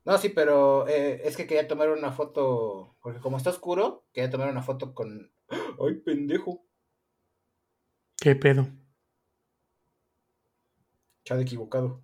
No, sí, pero es que quería tomar una foto, porque como está oscuro, quería tomar una foto con... ¡Ay, pendejo! ¿Qué pedo? Chad equivocado.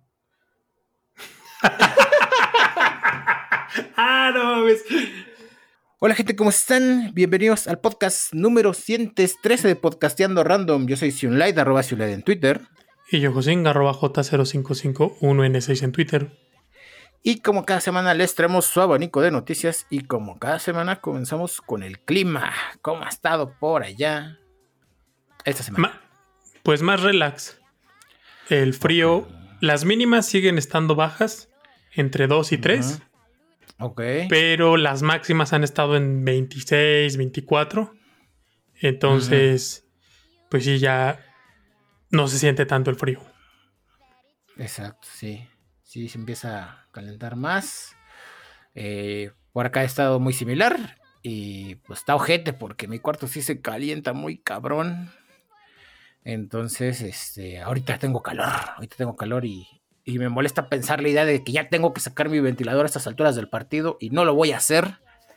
Ah, no mames. Hola gente, ¿cómo están? Bienvenidos al podcast número 113 de Podcasteando Random. Yo soy Sionlight, @Sionlight en Twitter. Y yo, Josín, @J0551N6 en Twitter. Y como cada semana les traemos su abanico de noticias. Y como cada semana comenzamos con el clima. ¿Cómo ha estado por allá esta semana? Ma- pues más relax. El Ok. frío, las mínimas siguen estando bajas, entre 2 y Ujú. 3, Ok. pero las máximas han estado en 26, 24. Ujú. Entonces, pues sí, ya no se siente tanto el frío. Exacto, sí. Sí, se empieza a calentar más. Por acá ha estado muy similar. Y pues está ojete porque mi cuarto sí se calienta muy cabrón. Entonces, ahorita tengo calor. Ahorita tengo calor y me molesta pensar la idea de que ya tengo que sacar mi ventilador a estas alturas del partido y no lo voy a hacer.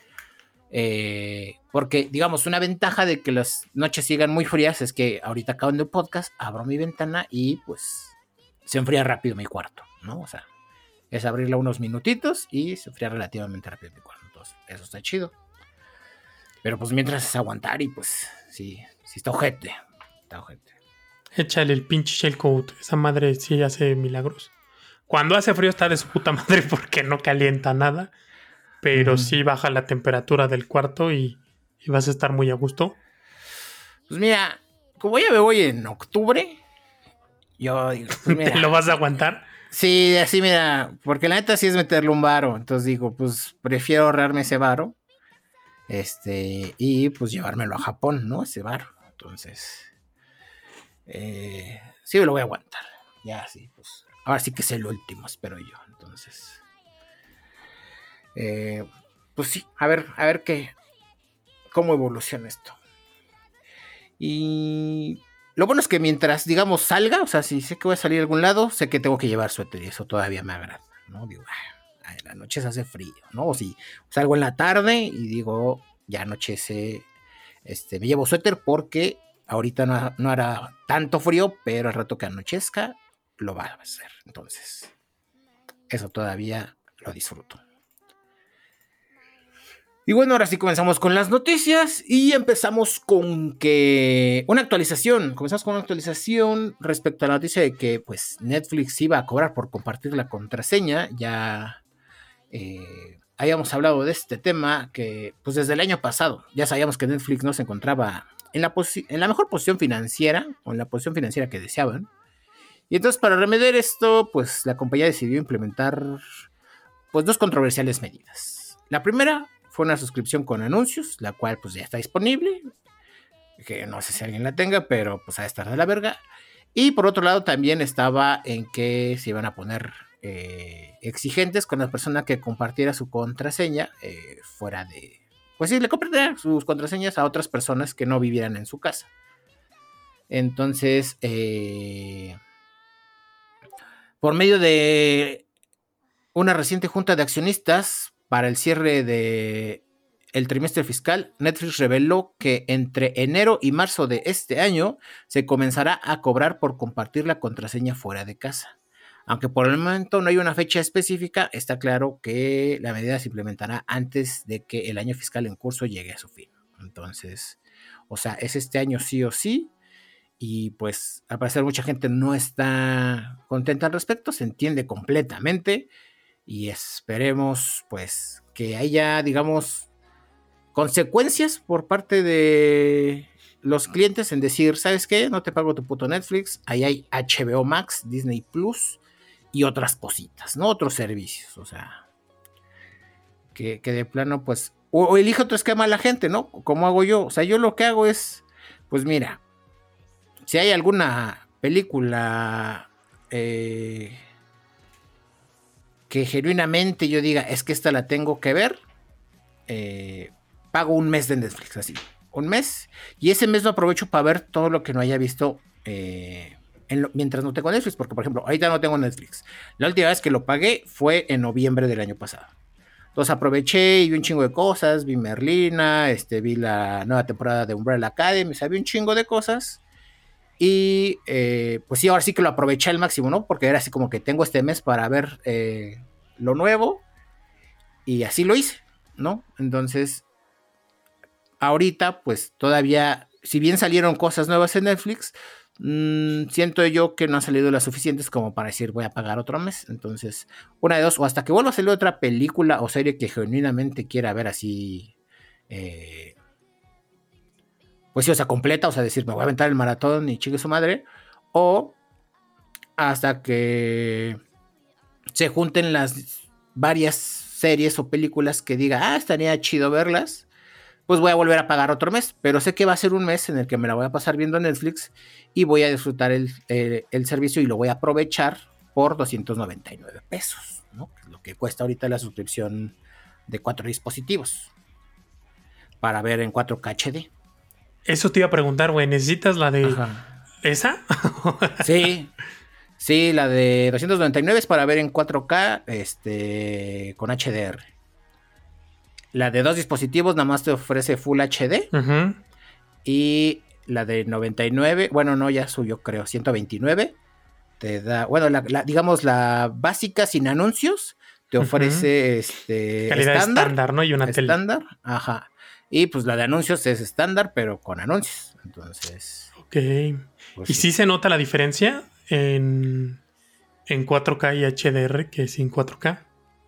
Porque, digamos, una ventaja de que las noches sigan muy frías es que ahorita acabando el podcast, abro mi ventana y pues se enfría rápido mi cuarto, ¿no? O sea, es abrirla unos minutitos y se enfría relativamente rápido mi cuarto. Entonces, eso está chido. Pero pues mientras es aguantar y pues sí, sí está ojete. Está ojete. Échale el pinche shellcoat. Esa madre sí hace milagros. Cuando hace frío está de su puta madre porque no calienta nada, pero Uh-huh. sí baja la temperatura del cuarto y vas a estar muy a gusto. Pues mira, como ya me voy en octubre, yo digo, pues ¿Te lo mira, vas a aguantar? sí, así mira, porque la neta sí es meterle un varo, entonces digo, pues prefiero ahorrarme ese varo, y pues llevármelo a Japón, ¿no? Ese varo, entonces, sí me lo voy a aguantar, ya sí, pues, ahora sí que es el último, espero yo, entonces, eh, pues sí, a ver qué, cómo evoluciona esto. Y lo bueno es que mientras, digamos, salga, o sea, si sé que voy a salir a algún lado, sé que tengo que llevar suéter y eso todavía me agrada, ¿no? Digo, en la noche se hace frío, ¿no? O si salgo en la tarde y digo, ya anochece, me llevo suéter porque ahorita no hará tanto frío, pero al rato que anochezca lo va a hacer. Entonces, eso todavía lo disfruto. Y bueno, ahora sí comenzamos con las noticias y empezamos con que una actualización, comenzamos con una actualización respecto a la noticia de que pues Netflix iba a cobrar por compartir la contraseña. Ya habíamos hablado de este tema que pues desde el año pasado ya sabíamos que Netflix no se encontraba en la mejor posición financiera o en la posición financiera que deseaban. Y entonces para remediar esto pues la compañía decidió implementar pues dos controversiales medidas. La primera fue una suscripción con anuncios, la cual pues ya está disponible, que no sé si alguien la tenga, pero pues ha de estar de la verga. Y por otro lado también estaba en que se iban a poner exigentes con la persona que compartiera su contraseña fuera de... Pues sí, le compartiera sus contraseñas a otras personas que no vivieran en su casa. Entonces, por medio de una reciente junta de accionistas para el cierre de el trimestre fiscal, Netflix reveló que entre enero y marzo de este año se comenzará a cobrar por compartir la contraseña fuera de casa. Aunque por el momento no hay una fecha específica, está claro que la medida se implementará antes de que el año fiscal en curso llegue a su fin. Entonces, o sea, es este año sí o sí. Y pues al parecer mucha gente no está contenta al respecto, se entiende completamente y esperemos pues que haya, digamos, consecuencias por parte de los clientes en decir, ¿sabes qué? No te pago tu puto Netflix, ahí hay HBO Max, Disney Plus y otras cositas, ¿no? Otros servicios, o sea, que de plano pues, o elige otro esquema a la gente, ¿no? ¿Cómo hago yo? O sea, yo lo que hago es, pues mira, si hay alguna película que genuinamente yo diga, es que esta la tengo que ver, pago un mes de Netflix, así. Un mes. Y ese mes lo aprovecho para ver todo lo que no haya visto mientras no tengo Netflix, porque por ejemplo, ahorita no tengo Netflix. La última vez que lo pagué fue en noviembre del año pasado. Entonces aproveché y vi un chingo de cosas, vi Merlina, vi la nueva temporada de Umbrella Academy, o sea, vi un chingo de cosas. Y pues sí, ahora sí que lo aproveché al máximo, ¿no? Porque era así como que tengo este mes para ver lo nuevo. Y así lo hice, ¿no? Entonces, ahorita, pues todavía, si bien salieron cosas nuevas en Netflix, siento yo que no han salido las suficientes como para decir voy a pagar otro mes. Entonces, una de dos, o hasta que vuelva a salir otra película o serie que genuinamente quiera ver así, pues sí, o sea, completa, o sea, decir me voy a aventar el maratón y chingue su madre, o hasta que se junten las varias series o películas que diga, estaría chido verlas, pues voy a volver a pagar otro mes, pero sé que va a ser un mes en el que me la voy a pasar viendo Netflix y voy a disfrutar el servicio y lo voy a aprovechar por 299 pesos, ¿no? Que es lo que cuesta ahorita la suscripción de 4 dispositivos para ver en 4K HD. Eso te iba a preguntar, güey. ¿Necesitas la de esa? Sí, sí, la de 299 es para ver en 4K con HDR. La de 2 dispositivos nada más te ofrece Full HD. Uh-huh. Y la de 99, bueno, no, ya subió, creo, 129. Te da, bueno, digamos la básica sin anuncios, te ofrece calidad estándar, ¿no? Y una estándar, ajá. Y pues la de anuncios es estándar, pero con anuncios. Entonces. Ok. Pues ¿Y sí se nota la diferencia en 4K y HDR que sin 4K?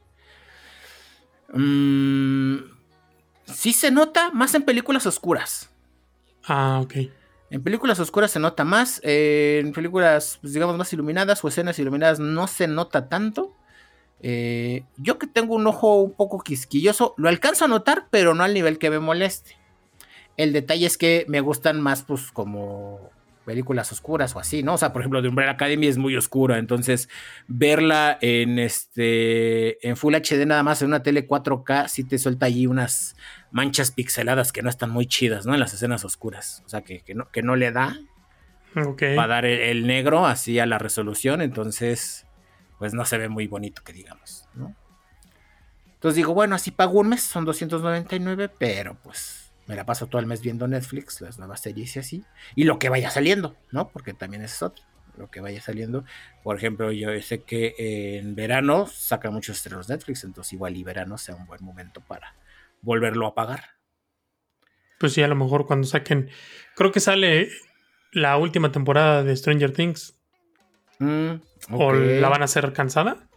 Sí se nota más en películas oscuras. Ah, ok. En películas oscuras se nota más. En películas, pues, digamos, más iluminadas o escenas iluminadas no se nota tanto. Yo que tengo un ojo un poco quisquilloso, lo alcanzo a notar, pero no al nivel que me moleste. El detalle es que me gustan más, pues, como películas oscuras o así, ¿no? O sea, por ejemplo, The Umbrella Academy es muy oscura, entonces verla en Full HD nada más en una tele 4K sí te suelta allí unas manchas pixeladas que no están muy chidas, ¿no? En las escenas oscuras, o sea, que no le da para dar el negro así a la resolución, entonces pues no se ve muy bonito que digamos, ¿no? Entonces digo, bueno, así pago un mes, son 299, pero pues me la paso todo el mes viendo Netflix, las nuevas series y así, y lo que vaya saliendo, ¿no? Porque también es otro, lo que vaya saliendo. Por ejemplo, yo sé que en verano saca muchos estrenos Netflix, entonces igual y verano sea un buen momento para volverlo a pagar. Pues sí, a lo mejor cuando saquen, creo que sale la última temporada de Stranger Things. Okay. ¿O la van a hacer cansada?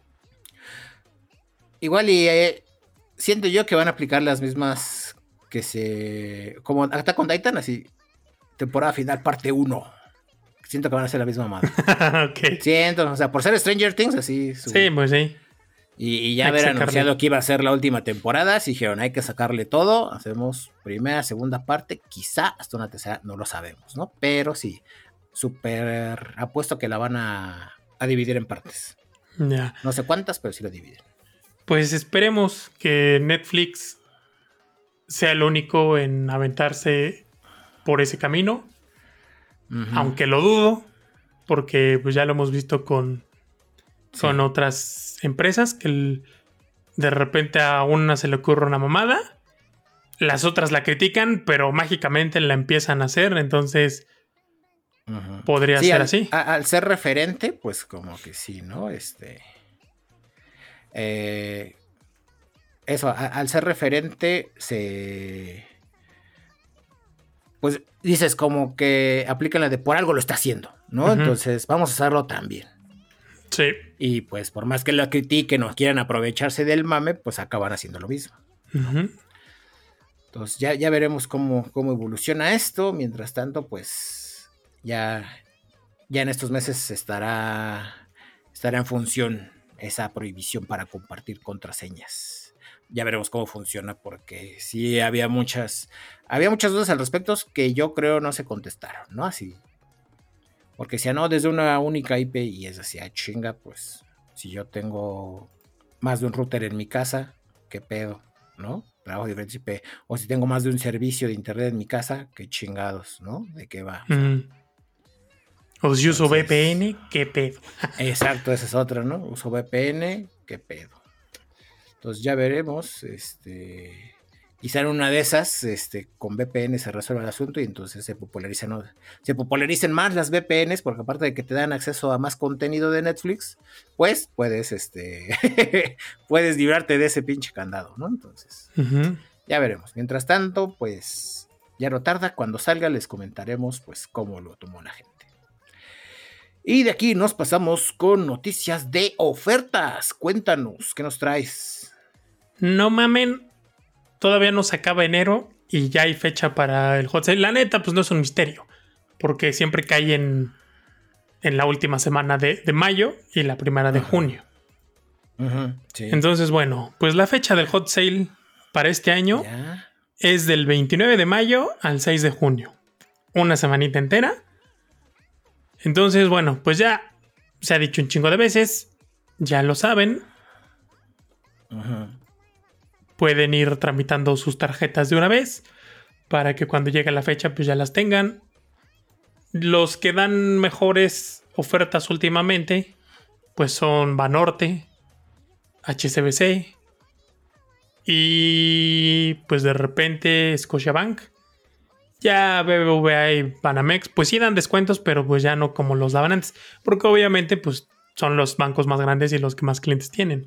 Igual y siento yo que van a aplicar las mismas como Attack on Titan, así, temporada final, parte 1. Siento que van a ser la misma madre. Okay. Siento, o sea, por ser Stranger Things, así. Sí, pues sí. Y ya haber anunciado que iba a ser la última temporada, si dijeron, hay que sacarle todo, hacemos primera, segunda parte, quizá hasta una tercera, no lo sabemos, ¿no? Pero sí, súper apuesto que la van a dividir en partes. Ya. No sé cuántas, pero sí lo dividen. Pues esperemos que Netflix sea el único en aventarse por ese camino. Uh-huh. Aunque lo dudo, porque pues ya lo hemos visto con otras empresas que de repente a una se le ocurre una mamada, las otras la critican, pero mágicamente la empiezan a hacer, entonces podría ser así. Al ser referente, pues como que sí, ¿no? Eso, al ser referente, pues dices como que aplican la de por algo lo está haciendo, ¿no? Uh-huh. Entonces vamos a hacerlo también. Sí. Y pues por más que lo critiquen o quieran aprovecharse del mame, pues acaban haciendo lo mismo, ¿no? Uh-huh. Entonces ya veremos cómo evoluciona esto. Mientras tanto, pues ya en estos meses estará en función esa prohibición para compartir contraseñas. Ya veremos cómo funciona, porque sí había muchas dudas al respecto que yo creo no se contestaron, ¿no? Así. Porque si no, desde una única IP y es así, chinga, pues si yo tengo más de un router en mi casa, ¿qué pedo? ¿No? Trabajo diferentes IP. O si tengo más de un servicio de internet en mi casa, qué chingados, ¿no? ¿De qué va? O sea, O si uso VPN, ¿qué pedo? Exacto, esa es otra, ¿no? Uso VPN, ¿qué pedo? Entonces ya veremos, quizá en una de esas, con VPN se resuelva el asunto y entonces se popularicen más las VPNs, porque aparte de que te dan acceso a más contenido de Netflix, pues puedes, puedes librarte de ese pinche candado, ¿no? Entonces, ya veremos. Mientras tanto, pues, ya no tarda, cuando salga les comentaremos, pues, cómo lo tomó la gente. Y de aquí nos pasamos con noticias de ofertas. Cuéntanos, ¿qué nos traes? No mamen, todavía no se acaba enero y ya hay fecha para el hot sale. La neta, pues no es un misterio, porque siempre cae en la última semana de mayo y la primera de junio. Sí. Entonces, bueno, pues la fecha del hot sale para este año es del 29 de mayo al 6 de junio. Una semanita entera. Entonces, bueno, pues ya se ha dicho un chingo de veces. Ya lo saben. Pueden ir tramitando sus tarjetas de una vez para que cuando llegue la fecha pues ya las tengan. Los que dan mejores ofertas últimamente pues son Banorte, HSBC y pues de repente Scotiabank. Ya BBVA y Banamex pues sí dan descuentos, pero pues ya no como los daban antes, porque obviamente pues son los bancos más grandes y los que más clientes tienen.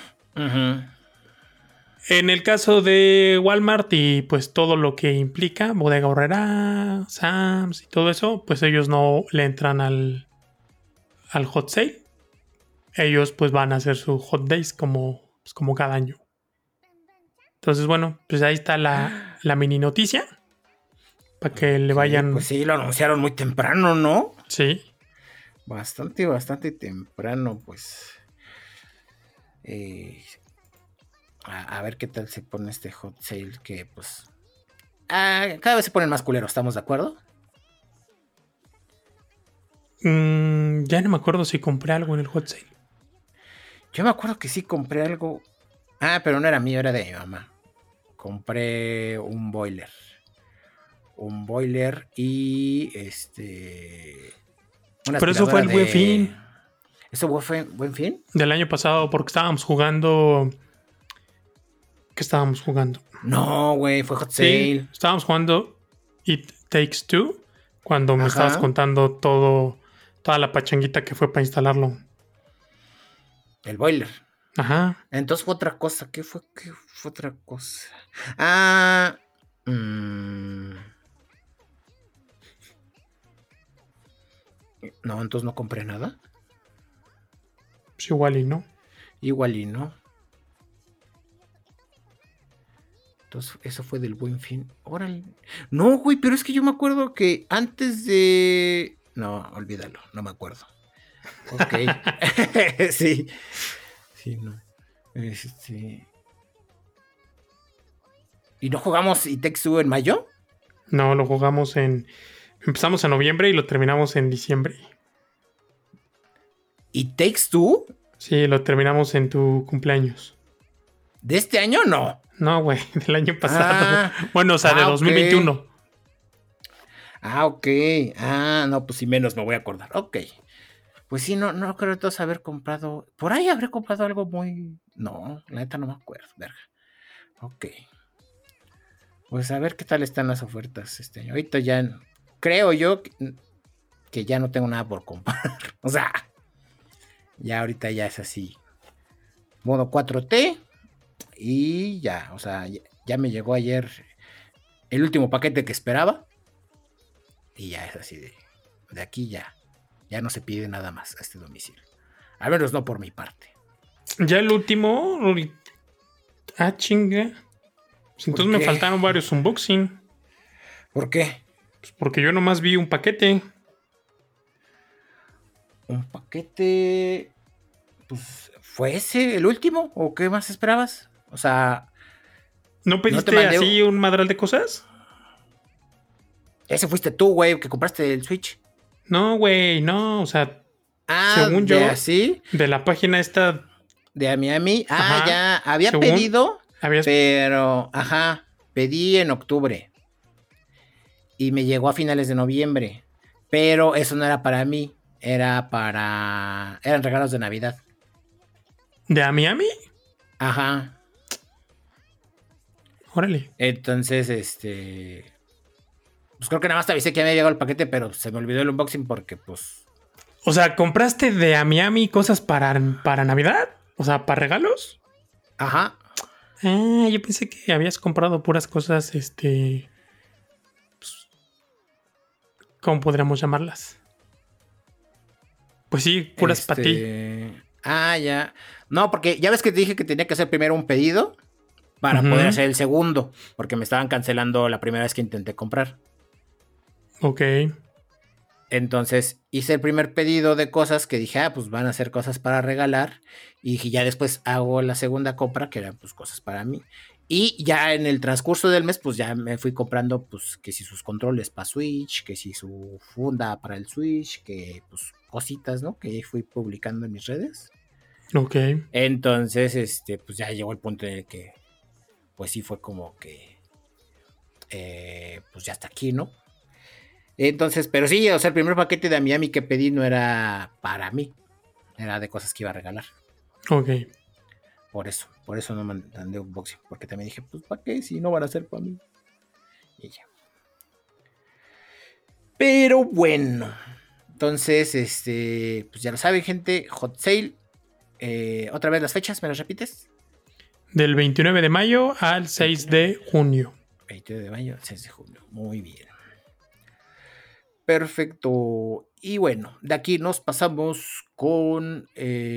En el caso de Walmart y pues todo lo que implica Bodega Aurrerá, Sam's y todo eso, pues ellos no le entran al hot sale. Ellos pues van a hacer su hot days como cada año. Entonces bueno, pues ahí está la mini noticia. Para que le vayan... Pues sí, lo anunciaron muy temprano, ¿no? Sí. Bastante temprano, pues. A ver qué tal se pone este hot sale, que pues... cada vez se ponen más culeros, ¿estamos de acuerdo? Ya no me acuerdo si compré algo en el hot sale. Yo me acuerdo que sí compré algo. Pero no era mío, era de mi mamá. Compré un boiler. Y pero eso fue el Buen Fin. ¿Eso fue Buen Fin? Del año pasado, porque estábamos jugando... ¿Qué estábamos jugando? No, güey, fue hot sale. Sí, estábamos jugando It Takes Two, cuando me estabas contando toda la pachanguita que fue para instalarlo. El boiler. Ajá. Entonces fue otra cosa. ¿Qué fue otra cosa? No, entonces no compré nada. Pues igual y no. Entonces, eso fue del Buen Fin. Órale. No, güey, pero es que yo me acuerdo que antes de... No, olvídalo, no me acuerdo. Ok. Sí. Sí, no. ¿Y no jugamos It Takes Two en mayo? No, lo jugamos Empezamos en noviembre y lo terminamos en diciembre. ¿It Takes Two? Sí, lo terminamos en tu cumpleaños. ¿De este año no? No, güey, del año pasado. Bueno, o sea, de 2021. Ok. No, pues sí, menos me voy a acordar. Ok. Pues sí, no creo entonces haber comprado... Por ahí habré comprado algo muy... No, la neta no me acuerdo, verga. Ok. Pues a ver qué tal están las ofertas este año. Ahorita ya... Creo yo que ya no tengo nada por comprar. O sea... Ya ahorita ya es así. Modo 4T. Y ya, o sea, ya me llegó ayer el último paquete que esperaba. Y ya es así de aquí ya no se pide nada más a este domicilio. Al menos no por mi parte. Ya el último. Chinga. Pues entonces me faltaron varios unboxing. ¿Por qué? Pues porque yo nomás vi un paquete. Un paquete. Pues, ¿fue ese el último? ¿O qué más esperabas? O sea... ¿No pediste así un madral de cosas? Ese fuiste tú, güey, que compraste el Switch. No, güey, no, o sea... según yo, así, de la página esta... De Miami. Ya, había pedido, pero... Ajá, pedí en octubre. Y me llegó a finales de noviembre. Pero eso no era para mí, eran regalos de Navidad. ¿De a Miami? Ajá. Órale. Entonces, pues creo que nada más te avisé que ya me había llegado el paquete, pero se me olvidó el unboxing porque, pues... O sea, ¿compraste de a Miami cosas para Navidad? O sea, ¿para regalos? Ajá. Ah, yo pensé que habías comprado puras cosas, ¿cómo podríamos llamarlas? Pues sí, puras para ti. Ah, ya. No, porque ya ves que te dije que tenía que hacer primero un pedido para poder Ujú. hacer el segundo, porque me estaban cancelando la primera vez que intenté comprar. Ok. Entonces hice el primer pedido de cosas que dije, pues van a ser cosas para regalar. Y dije, ya después hago la segunda compra, que eran pues cosas para mí. Y ya en el transcurso del mes, pues ya me fui comprando, pues que si sus controles para Switch, que si su funda para el Switch, que pues cositas, ¿no? Que fui publicando en mis redes. Ok. Entonces, pues ya llegó el punto en el que, pues sí fue como que, pues ya está aquí, ¿no? Entonces, pero sí, o sea, el primer paquete de Miami que pedí no era para mí, era de cosas que iba a regalar. Ok. Por eso no mandé unboxing, porque también dije, pues, ¿para qué? Si no van a ser para mí. Y ya. Pero bueno, entonces, pues ya lo saben, gente, Hot Sale. Otra vez las fechas, ¿me las repites? Del 29 de mayo al 6 de 29, junio. 29 de mayo, 6 de junio. Muy bien. Perfecto. Y bueno, de aquí nos pasamos con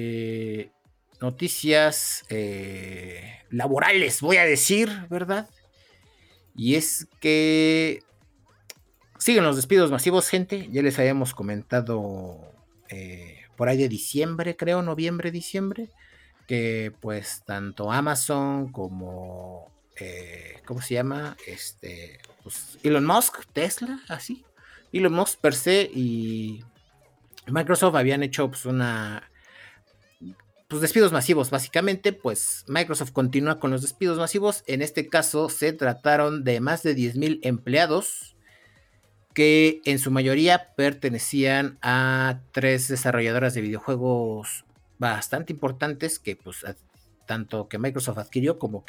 noticias laborales, voy a decir, ¿verdad? Y es que siguen los despidos masivos, gente. Ya les habíamos comentado por ahí de diciembre, creo, noviembre, diciembre, que pues tanto Amazon como, ¿cómo se llama? Pues Elon Musk, Tesla, así. Elon Musk per se y Microsoft habían hecho pues pues despidos masivos. Básicamente, pues Microsoft continúa con los despidos masivos. En este caso se trataron de más de 10,000 empleados que en su mayoría pertenecían a 3 desarrolladoras de videojuegos bastante importantes que pues tanto que Microsoft adquirió como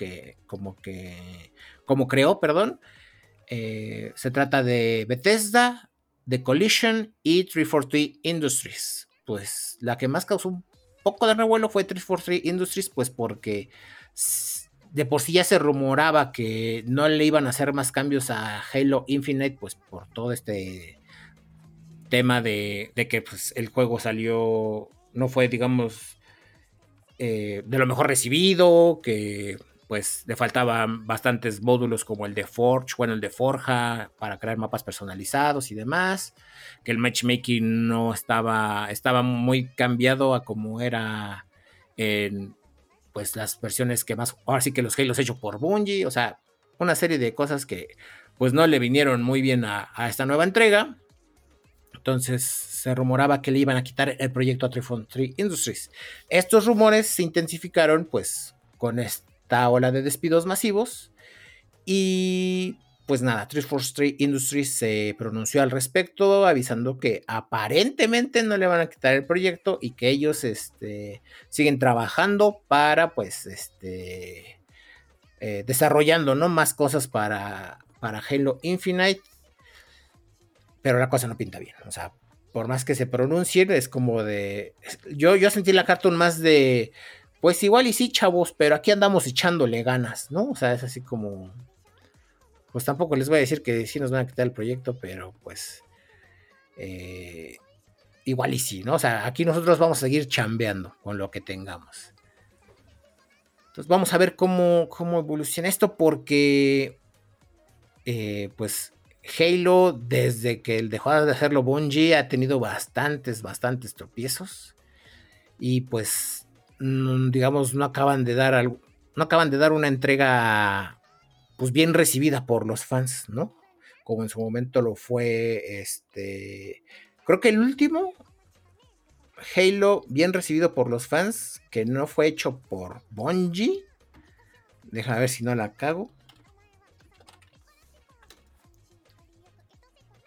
creó, perdón. Se trata de Bethesda, de Collision y 343 Industries. Pues la que más causó un poco de revuelo fue 343 Industries, pues porque de por sí ya se rumoraba que no le iban a hacer más cambios a Halo Infinite, pues por todo este tema de que pues, el juego salió, no fue, digamos, de lo mejor recibido, que pues le faltaban bastantes módulos como el de Forge, bueno, el de Forja, para crear mapas personalizados y demás, que el matchmaking no estaba muy cambiado a como era en pues las versiones que más, ahora sí que los Halo hechos por Bungie, o sea, una serie de cosas que pues no le vinieron muy bien a esta nueva entrega. Entonces se rumoraba que le iban a quitar el proyecto a 343 Industries. Estos rumores se intensificaron pues con esta ola de despidos masivos y pues nada, 343 Industries se pronunció al respecto avisando que aparentemente no le van a quitar el proyecto y que ellos siguen trabajando para pues desarrollando, ¿no?, más cosas para Halo Infinite, pero la cosa no pinta bien. O sea, por más que se pronuncien, es como de... Yo sentí la cartoon más de... Pues igual y sí, chavos, pero aquí andamos echándole ganas, ¿no? O sea, es así como... Pues tampoco les voy a decir que sí nos van a quitar el proyecto, pero pues... igual y sí, ¿no? O sea, aquí nosotros vamos a seguir chambeando con lo que tengamos. Entonces vamos a ver cómo evoluciona esto, porque... pues Halo, desde que dejó de hacerlo Bungie, ha tenido bastantes tropiezos. Y pues, digamos, no acaban de dar una entrega pues bien recibida por los fans, ¿no? Como en su momento lo fue creo que el último Halo bien recibido por los fans, que no fue hecho por Bungie. Déjame ver si no la cago.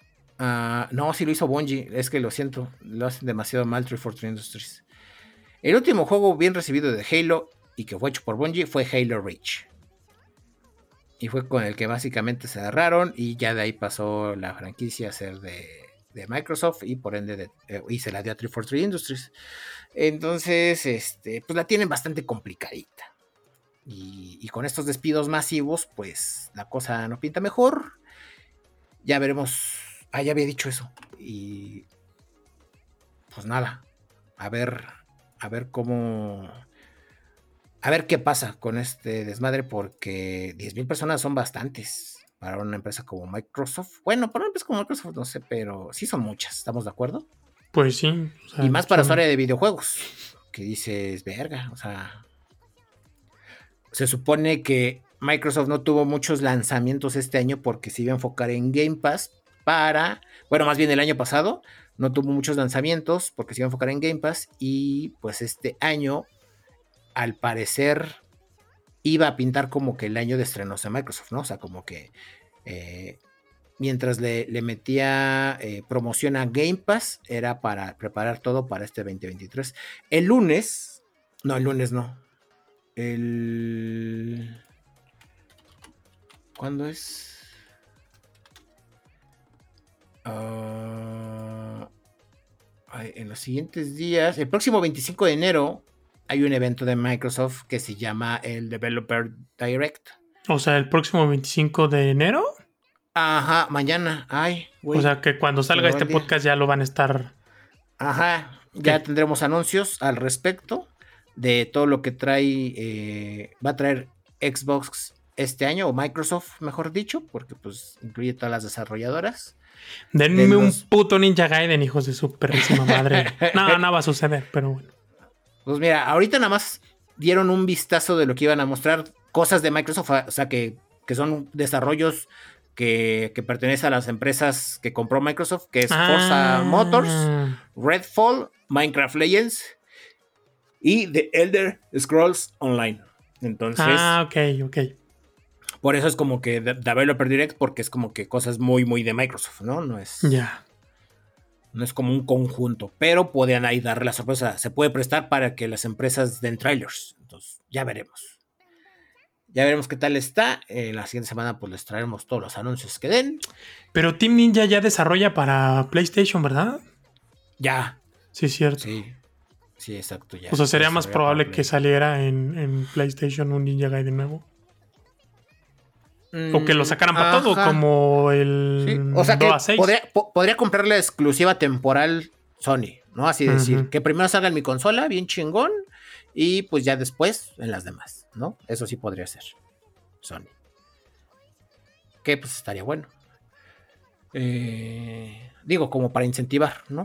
No, sí lo hizo Bungie. Es que lo siento. Lo hacen demasiado mal 343 Industries. El último juego bien recibido de Halo y que fue hecho por Bungie fue Halo Reach. Y fue con el que básicamente se agarraron y ya de ahí pasó la franquicia a ser de Microsoft y por ende y se la dio a 343 Industries. Entonces, pues la tienen bastante complicadita. Y con estos despidos masivos, pues la cosa no pinta mejor. Ya veremos. Ya había dicho eso. Y pues nada. A ver cómo. A ver qué pasa con este desmadre, porque 10,000 personas son bastantes para una empresa como Microsoft. Bueno, para una empresa como Microsoft no sé, pero sí son muchas, ¿estamos de acuerdo? Pues sí. O sea, y más para su área de videojuegos, que dices, verga, o sea, se supone que Microsoft no tuvo muchos lanzamientos este año porque se iba a enfocar en Game Pass bueno, más bien el año pasado no tuvo muchos lanzamientos porque se iba a enfocar en Game Pass y pues este año al parecer iba a pintar como que el año de estrenos de Microsoft, ¿no? O sea, como que mientras le metía promoción a Game Pass, era para preparar todo para este 2023. El lunes no. ¿Cuándo es? En los siguientes días, el próximo 25 de enero, hay un evento de Microsoft que se llama el Developer Direct. O sea, el próximo 25 de enero. Ajá, mañana. Ay, güey. O sea, que cuando salga este podcast ya lo van a estar. Ajá, ya tendremos anuncios al respecto de todo lo que trae. Va a traer Xbox este año, o Microsoft, mejor dicho, porque pues incluye todas las desarrolladoras. Denme un puto Ninja Gaiden, hijos de su perrísima madre. No va a suceder, pero bueno. Pues mira, ahorita nada más dieron un vistazo de lo que iban a mostrar, cosas de Microsoft, o sea, que son desarrollos que pertenecen a las empresas que compró Microsoft, que es Forza Motors, Redfall, Minecraft Legends y The Elder Scrolls Online. Entonces, ok. Por eso es como que Developer Direct, porque es como que cosas muy, muy de Microsoft, ¿no? No es... Ya. No es como un conjunto, pero podrían ahí darle la sorpresa. Se puede prestar para que las empresas den trailers. Entonces, ya veremos. Ya veremos qué tal está. La siguiente semana pues les traeremos todos los anuncios que den. Pero Team Ninja ya desarrolla para PlayStation, ¿verdad? Ya. Sí, es cierto. Sí, exacto. Ya. O sea, sería más probable que saliera en PlayStation un Ninja Gaiden nuevo. O que lo sacaran para todo, como el... Sí. O sea, que podría comprar la exclusiva temporal Sony, ¿no? Así decir, que primero salga en mi consola, bien chingón, y pues ya después en las demás, ¿no? Eso sí podría ser Sony. Que pues estaría bueno. Digo, como para incentivar, ¿no?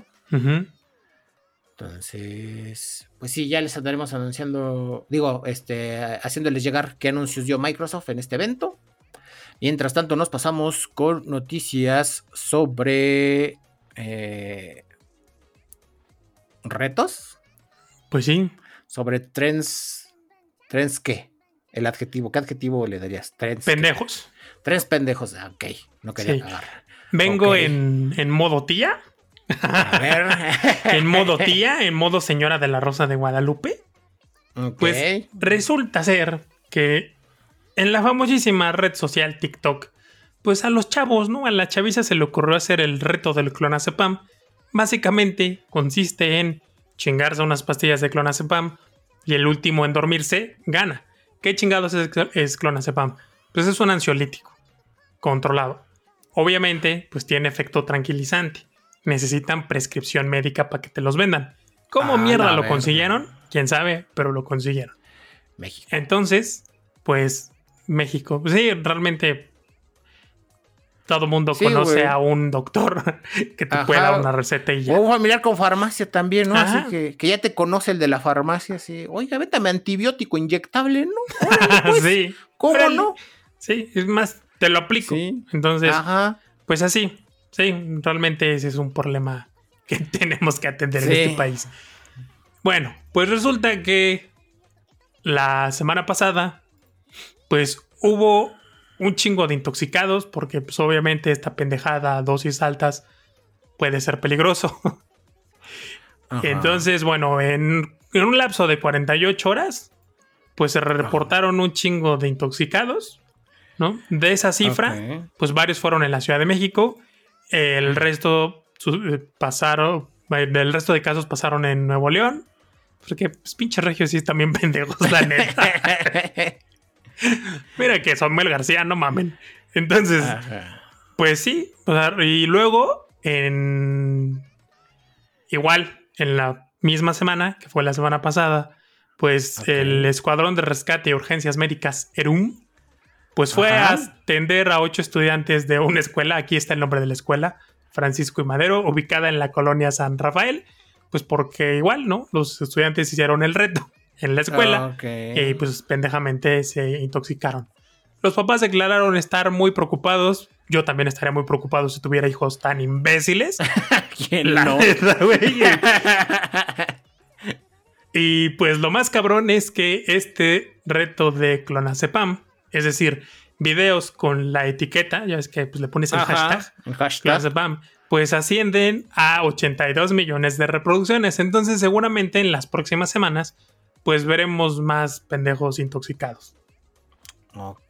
Entonces, pues sí, ya les andaremos anunciando, haciéndoles llegar qué anuncios dio Microsoft en este evento. Mientras tanto, nos pasamos con noticias sobre retos. Pues sí. Sobre trends. ¿Trends qué? El adjetivo. ¿Qué adjetivo le darías? Trends. Pendejos. Trends pendejos. Ok, no quería cagar. Vengo en modo tía. A ver. En modo tía, en modo señora de la Rosa de Guadalupe. Okay. Pues resulta ser que en la famosísima red social TikTok, pues a los chavos, ¿no? A la chaviza se le ocurrió hacer el reto del clonazepam. Básicamente consiste en chingarse unas pastillas de clonazepam y el último en dormirse gana. ¿Qué chingados es clonazepam? Pues es un ansiolítico controlado. Obviamente, pues tiene efecto tranquilizante. Necesitan prescripción médica para que te los vendan. ¿Cómo mierda lo consiguieron? Quién sabe, pero lo consiguieron. México. Entonces, pues México. Sí, realmente todo mundo conoce a un doctor que te puede dar una receta y ya. O un familiar con farmacia también, ¿no? Ajá. Así que ya te conoce el de la farmacia, así, oiga, véntame antibiótico inyectable, ¿no? Órale, pues, sí. ¿cómo Órale. no? Sí, es más, te lo aplico. Sí. Entonces, pues así. Sí, realmente ese es un problema que tenemos que atender en este país. Bueno, pues resulta que la semana pasada, pues hubo un chingo de intoxicados porque pues obviamente esta pendejada a dosis altas puede ser peligroso. Ajá. Entonces, bueno, en un lapso de 48 horas, pues se reportaron un chingo de intoxicados, ¿no? De esa cifra, pues varios fueron en la Ciudad de México. El resto del resto de casos pasaron en Nuevo León. Porque, pues, pinches regios sí están bien pendejos, la neta. Mira que Samuel García, no mamen. Entonces, pues sí. O sea, y luego, igual, en la misma semana, que fue la semana pasada, pues el Escuadrón de Rescate y Urgencias Médicas, ERUM, pues fue a atender a 8 estudiantes de una escuela. Aquí está el nombre de la escuela, Francisco y Madero, ubicada en la colonia San Rafael. Pues porque igual, ¿no? Los estudiantes hicieron el reto en la escuela y pues pendejamente se intoxicaron. Los papás declararon estar muy preocupados. Yo también estaría muy preocupado si tuviera hijos tan imbéciles. ¿Quién no? Y pues lo más cabrón es que este reto de clonazepam, es decir, videos con la etiqueta, ya ves que pues, le pones el hashtag clonazepam, pues ascienden a 82 millones de reproducciones. Entonces seguramente en las próximas semanas pues veremos más pendejos intoxicados. Ok.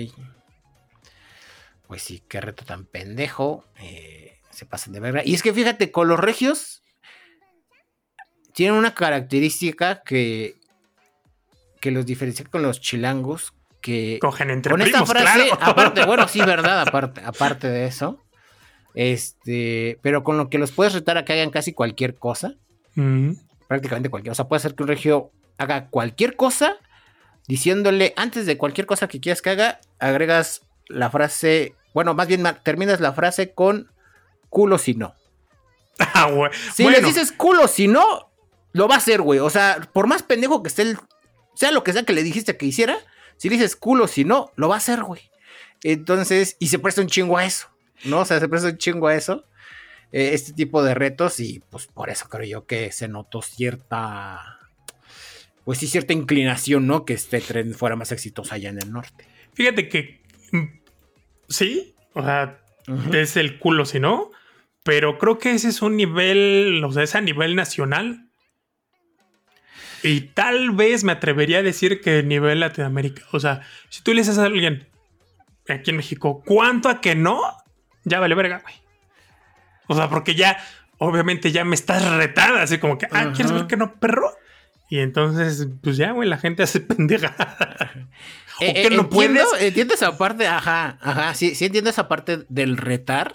Pues sí, qué reto tan pendejo. Se pasan de verga. Y es que fíjate, con los regios tienen una característica que los diferencia con los chilangos, que cogen entre con primos, esta frase, claro. aparte, bueno, sí, verdad, aparte de eso, pero con lo que los puedes retar a que hagan casi cualquier cosa, prácticamente cualquier, o sea, puede ser que un regio haga cualquier cosa, diciéndole, antes de cualquier cosa que quieras que haga, agregas la frase, bueno, más bien terminas la frase con culo si no. Si le dices culo si no, lo va a hacer, güey, o sea, por más pendejo que esté sea lo que sea que le dijiste que hiciera, si le dices culo si no, lo va a hacer, güey. Entonces, y se presta un chingo a eso, ¿no? O sea, se presta un chingo a eso, este tipo de retos, y pues por eso creo yo que se notó cierta, pues sí, cierta inclinación, ¿no? Que este tren fuera más exitoso allá en el norte. Fíjate que sí, o sea, es el culo si no, pero creo que ese es un nivel, o sea, es a nivel nacional. Y tal vez me atrevería a decir que a nivel Latinoamérica. O sea, si tú le dices a alguien aquí en México, ¿cuánto a que no? Ya vale verga, güey. O sea, porque ya, obviamente ya me estás retada. Así como que, ¿quieres ver que no, perro? Y entonces, pues ya, güey, la gente hace pendeja. ¿O que no puedes? Entiendo esa parte, sí entiendo esa parte del retar.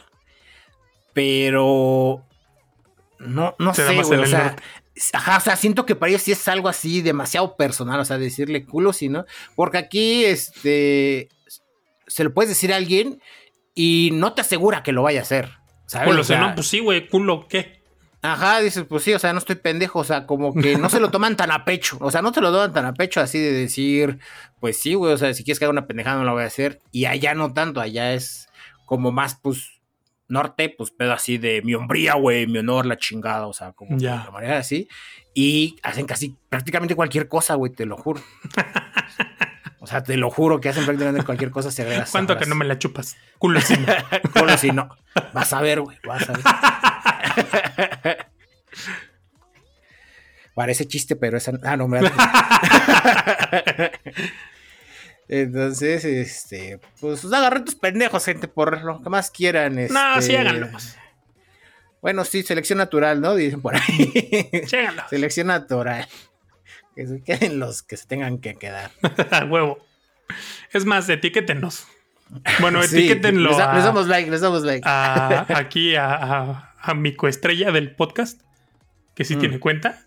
Pero no sé, güey, o sea... o sea, siento que para ellos sí es algo así demasiado personal, o sea, decirle culo, sí, ¿no? Porque aquí, se lo puedes decir a alguien y no te asegura que lo vaya a hacer, ¿sabes? Culo, o sea, no, pues sí, güey, culo, ¿qué? Dices, pues sí, o sea, no estoy pendejo, o sea, como que no se lo toman tan a pecho, o sea, no te lo toman tan a pecho así de decir, pues sí, güey, o sea, si quieres que haga una pendejada no la voy a hacer, y allá no tanto, allá es como más, pues, norte, pues pedo así de mi hombría, güey, mi honor, la chingada, o sea, como de la manera así, y hacen casi prácticamente cualquier cosa, güey, te lo juro. O sea, te lo juro que hacen prácticamente cualquier cosa, se agrega. ¿Cuánto que no me la chupas? Culo si no. Culo si no. Vas a ver, güey, vas a ver. Parece chiste, pero esa... no, me Entonces, pues agarren tus pendejos, gente, por lo que más quieran. No, sí, háganlo. Bueno, sí, selección natural, ¿no? Dicen por ahí. Sí, háganlo. Selección natural. Que se queden los que se tengan que quedar. Huevo. Es más, etiquétenos. Bueno, sí, etiquétenlo. Les damos like. Aquí a mi coestrella del podcast, que sí tiene cuenta.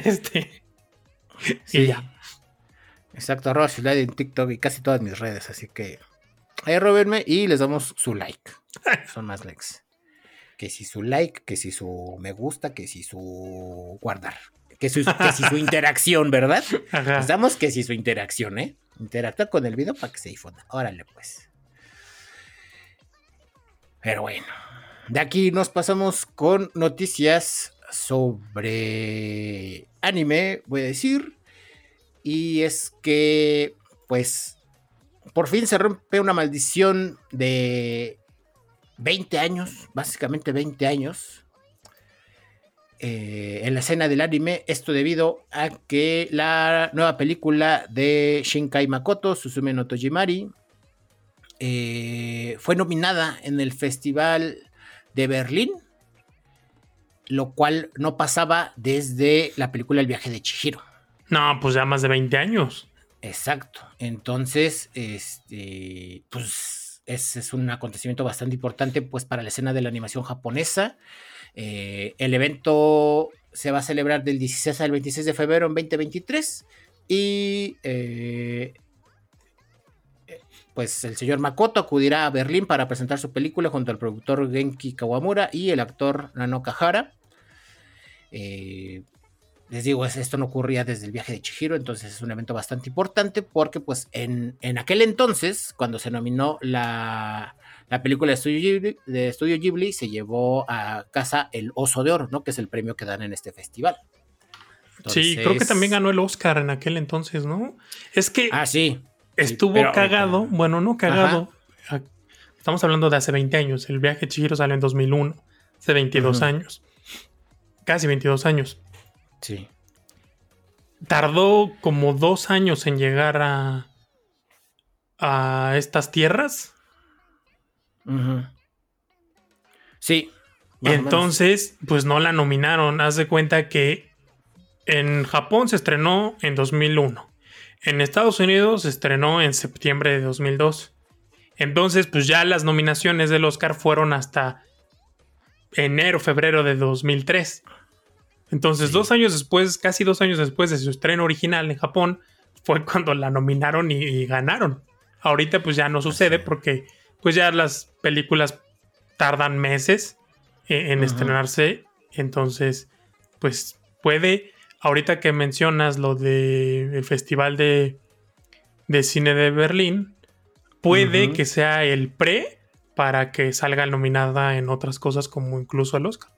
Sí. Y ya. Exacto, @Shulai en TikTok y casi todas mis redes, así que ahí robenme y les damos su like. Son más likes. Que si su like, que si su me gusta, que si su guardar. Que si su interacción, ¿verdad? Ajá. Les damos que si su interacción, ¿eh? Interactúa con el video para que se difunda. Órale, pues. Pero bueno. De aquí nos pasamos con noticias sobre anime, voy a decir. Y es que, pues, por fin se rompe una maldición de 20 años, básicamente 20 años, en la escena del anime, esto debido a que la nueva película de Shinkai Makoto, Suzume no Tojimari, fue nominada en el Festival de Berlín, lo cual no pasaba desde la película El viaje de Chihiro. No, pues ya más de 20 años. Exacto. Entonces, pues ese es un acontecimiento bastante importante pues para la escena de la animación japonesa. El evento se va a celebrar del 16 al 26 de febrero en 2023 y pues el señor Makoto acudirá a Berlín para presentar su película junto al productor Genki Kawamura y el actor Nanoka Hara. Les digo, esto no ocurría desde el viaje de Chihiro, entonces es un evento bastante importante porque pues en aquel entonces, cuando se nominó la película de Estudio Ghibli, se llevó a casa el Oso de Oro, ¿no? Que es el premio que dan en este festival. Entonces, sí, creo que también ganó el Oscar en aquel entonces, ¿no? Es que sí. Estuvo pero, cagado, bueno, no cagado. Ajá. Estamos hablando de hace 20 años. El viaje de Chihiro salió en 2001, hace 22 años. Casi 22 años. Sí. Tardó como 2 años en llegar a estas tierras. Sí. Y entonces, pues no la nominaron. Haz de cuenta que en Japón se estrenó en 2001. En Estados Unidos se estrenó en septiembre de 2002. Entonces, pues ya las nominaciones del Oscar fueron hasta enero, febrero de 2003. Entonces, 2 años después, casi 2 años después de su estreno original en Japón, fue cuando la nominaron y ganaron. Ahorita pues ya no sucede porque pues ya las películas tardan meses en estrenarse. Entonces, pues puede... Ahorita que mencionas lo del Festival de Cine de Berlín, puede que sea el pre para que salga nominada en otras cosas como incluso al Oscar.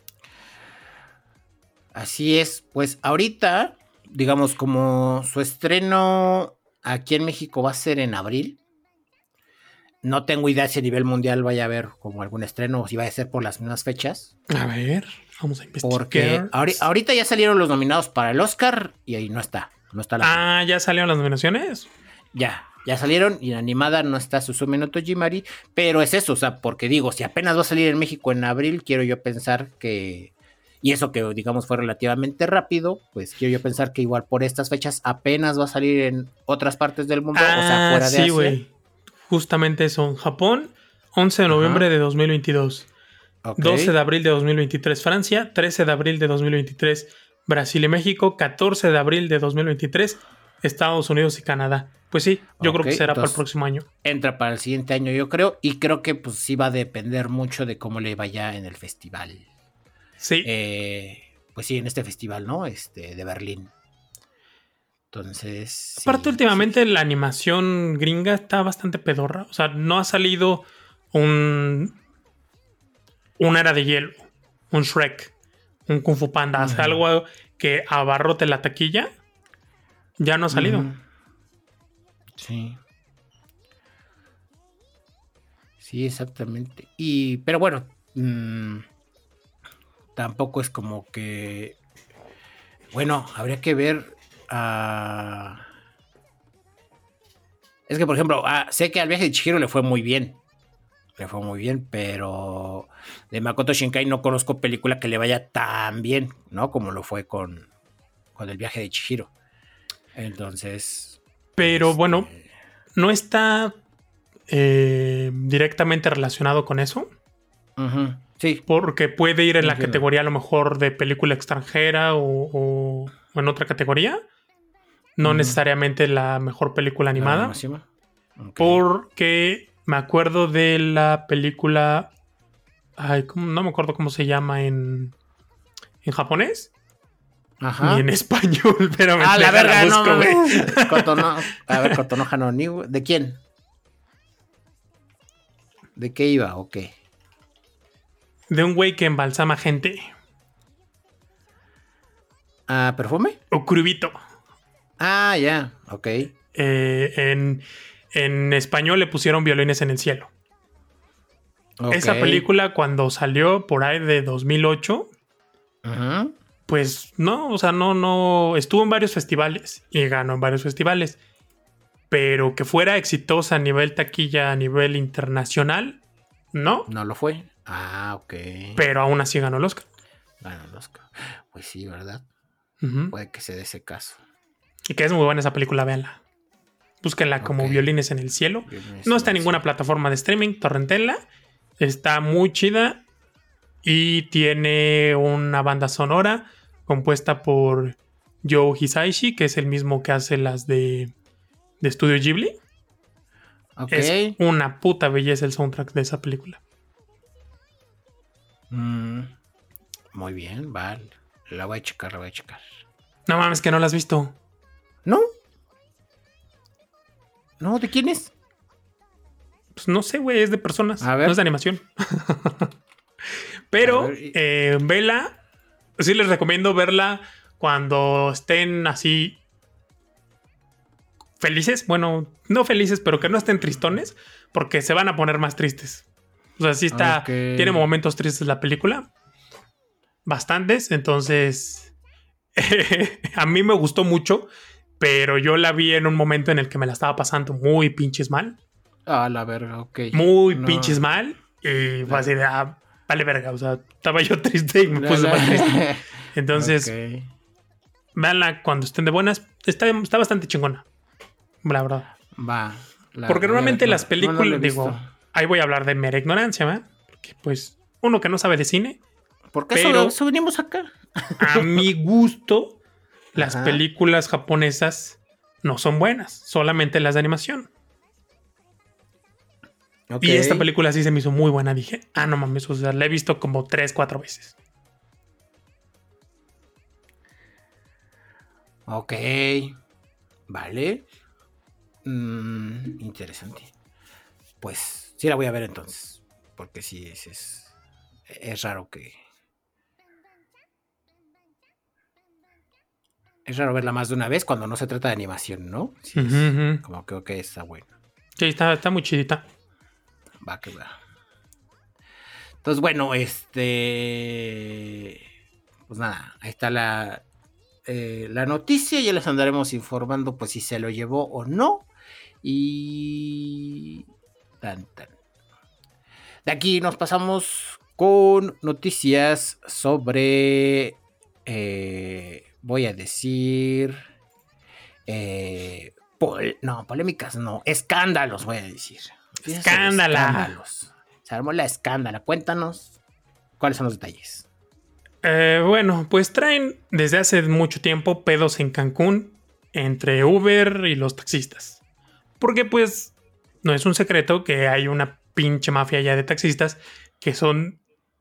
Así es, pues ahorita, digamos, como su estreno aquí en México va a ser en abril, no tengo idea si a nivel mundial vaya a haber como algún estreno o si va a ser por las mismas fechas. A ver, vamos a investigar. Porque ahorita ya salieron los nominados para el Oscar y ahí no está la película. ¿Ya salieron las nominaciones? Ya salieron y en animada no está Suzume no Tojimari, pero es eso, o sea, porque digo, si apenas va a salir en México en abril, quiero yo pensar que, y eso que digamos fue relativamente rápido, pues quiero yo pensar que igual por estas fechas apenas va a salir en otras partes del mundo, o sea, fuera de Asia. Güey. Justamente eso, en Japón, 11 de noviembre de 2022. 12 de abril de 2023 Francia, 13 de abril de 2023 Brasil y México, 14 de abril de 2023 Estados Unidos y Canadá. Pues sí, yo creo que será para el próximo año. Entra para el siguiente año, yo creo, y creo que pues sí va a depender mucho de cómo le vaya en el festival. Sí. Pues sí, en este festival, ¿no? De Berlín. Entonces... Aparte, últimamente la animación gringa está bastante pedorra. O sea, no ha salido una Era de Hielo, un Shrek, un Kung Fu Panda. O sea, algo que abarrote la taquilla. Ya no ha salido. Sí. Sí, exactamente. Pero bueno, tampoco es como que... Bueno, habría que ver... Es que, por ejemplo, sé que al viaje de Chihiro le fue muy bien. Pero de Makoto Shinkai no conozco película que le vaya tan bien, ¿no? Como lo fue con el viaje de Chihiro. Entonces... Pero bueno, ¿no está directamente relacionado con eso? Sí. Porque puede ir en la categoría a lo mejor de película extranjera o en otra categoría. No necesariamente la mejor película animada. Porque me acuerdo de la película... no me acuerdo cómo se llama en japonés. Ajá. Ni en español, pero me la verga, la busco, güey. Kotonoha no Niu. ¿De quién? ¿De qué iba o qué? De un güey que embalsama gente. ¿Perfume? O Kuribito. Ya, ok. En español le pusieron Violines en el cielo. Okay. Esa película cuando salió por ahí de 2008 Ujú. Pues no, o sea, no. Estuvo en varios festivales y ganó en varios festivales. Pero que fuera exitosa a nivel taquilla, a nivel internacional, no. No lo fue. Ah, ok. Pero aún así ganó el Oscar. Ganó el Oscar. Pues sí, ¿verdad? Ujú. Puede que se dé ese caso. Y que es muy buena esa película, véanla. Búsquenla como Ok. Violines en el Cielo. Violines No en está en el ninguna cielo. plataforma de streaming, torrentenla. Está muy chida y tiene una banda sonora compuesta por Joe Hisaishi, que es el mismo que hace las de Studio Ghibli. Ok. Es una puta belleza el soundtrack de esa película. Mm, muy bien, vale. La voy a checar, No mames, que no la has visto. ¿No? ¿No? ¿De quién es? Pues no sé, güey, es de personas, A ver. no es de animación. A Pero ver, vela, sí les recomiendo verla cuando estén así felices. Bueno, no felices, pero que no estén tristones, porque se van a poner más tristes. O sea, sí está, ok. tiene momentos tristes la película, bastantes, entonces a mí me gustó mucho, pero yo la vi en un momento en el que me la estaba pasando muy pinches mal. Ah, la verga, ok. Muy pinches No. mal. Y fue La, así de, vale verga. O sea, estaba yo triste y me la, puse más triste. ok. Entonces, véanla cuando estén de buenas. Está bastante chingona, la verdad. Va. Porque La voy a ver. normalmente No, las no la he películas, visto. digo, ahí voy a hablar de mera ignorancia, ¿verdad? Porque pues uno que no sabe de cine, Porque pero eso venimos acá. a mi gusto, las Ajá. películas japonesas no son buenas, solamente las de animación. Ok. Y esta película sí se me hizo muy buena. Dije, no mames, o sea, la he visto como 3, 4 veces. Ok. Vale. Interesante. Pues sí la voy a ver entonces. Porque sí, es raro que. Es raro verla más de una vez cuando no se trata de animación, ¿no? Sí, Ujú, es ujú. como que ok, está bueno. Sí, está muy chidita. Va que va. Entonces, bueno, pues nada, ahí está la noticia. Ya les andaremos informando, pues si se lo llevó o no. Y. Tan, tan. De aquí nos pasamos con noticias sobre. Voy a decir. No, polémicas no. Escándalos, voy a decir. Noticias sobre Escándala. escándalos. Se armó la escándala. Cuéntanos cuáles son los detalles. Bueno, pues traen desde hace mucho tiempo pedos en Cancún entre Uber y los taxistas. Porque pues no es un secreto que hay una pinche mafia ya de taxistas que son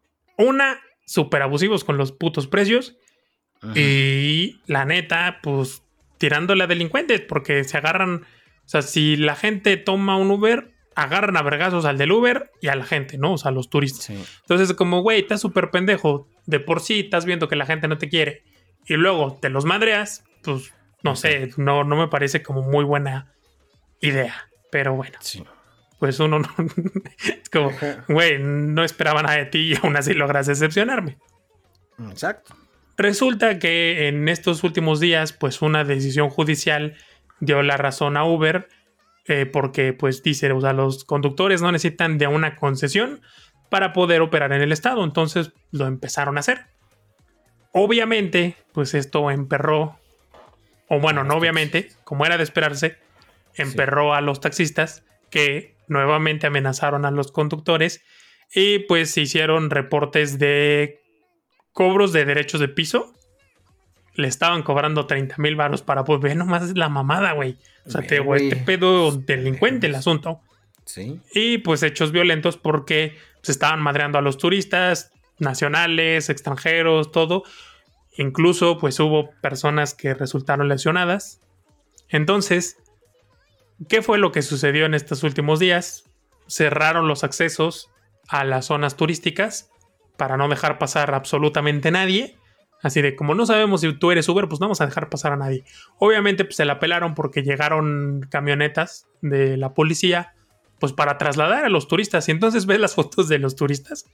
súper abusivos con los putos precios. Uh-huh. Y la neta, pues tirándola a delincuentes porque se agarran. O sea, si la gente toma un Uber, agarran a vergazos al del Uber y a la gente, ¿no? O sea, a los turistas. Sí. Entonces, como, güey, estás súper pendejo. De por sí estás viendo que la gente no te quiere y luego te los madreas, pues no sé, no me parece como muy buena idea. Pero bueno, Sí. pues uno no. Es como, güey, no esperaba nada de ti y aún así logras decepcionarme. Exacto. Resulta que en estos últimos días, pues una decisión judicial dio la razón a Uber porque, pues dice, o sea, los conductores no necesitan de una concesión para poder operar en el estado. Entonces lo empezaron a hacer. Obviamente, pues esto emperró, o bueno, no obviamente, como era de esperarse, emperró a los taxistas que nuevamente amenazaron a los conductores y pues se hicieron reportes de cobros de derechos de piso. Le estaban cobrando 30,000 varos para pues ver nomás la mamada, güey. O sea, este pedo delincuente el asunto. Sí. Y pues hechos violentos porque se estaban madreando a los turistas nacionales, extranjeros, todo. Incluso pues hubo personas que resultaron lesionadas. Entonces, ¿qué fue lo que sucedió en estos últimos días? Cerraron los accesos a las zonas turísticas para no dejar pasar absolutamente nadie. Así de, como no sabemos si tú eres Uber, pues no vamos a dejar pasar a nadie. Obviamente pues se la pelaron porque llegaron camionetas de la policía pues para trasladar a los turistas. Y entonces ves las fotos de los turistas.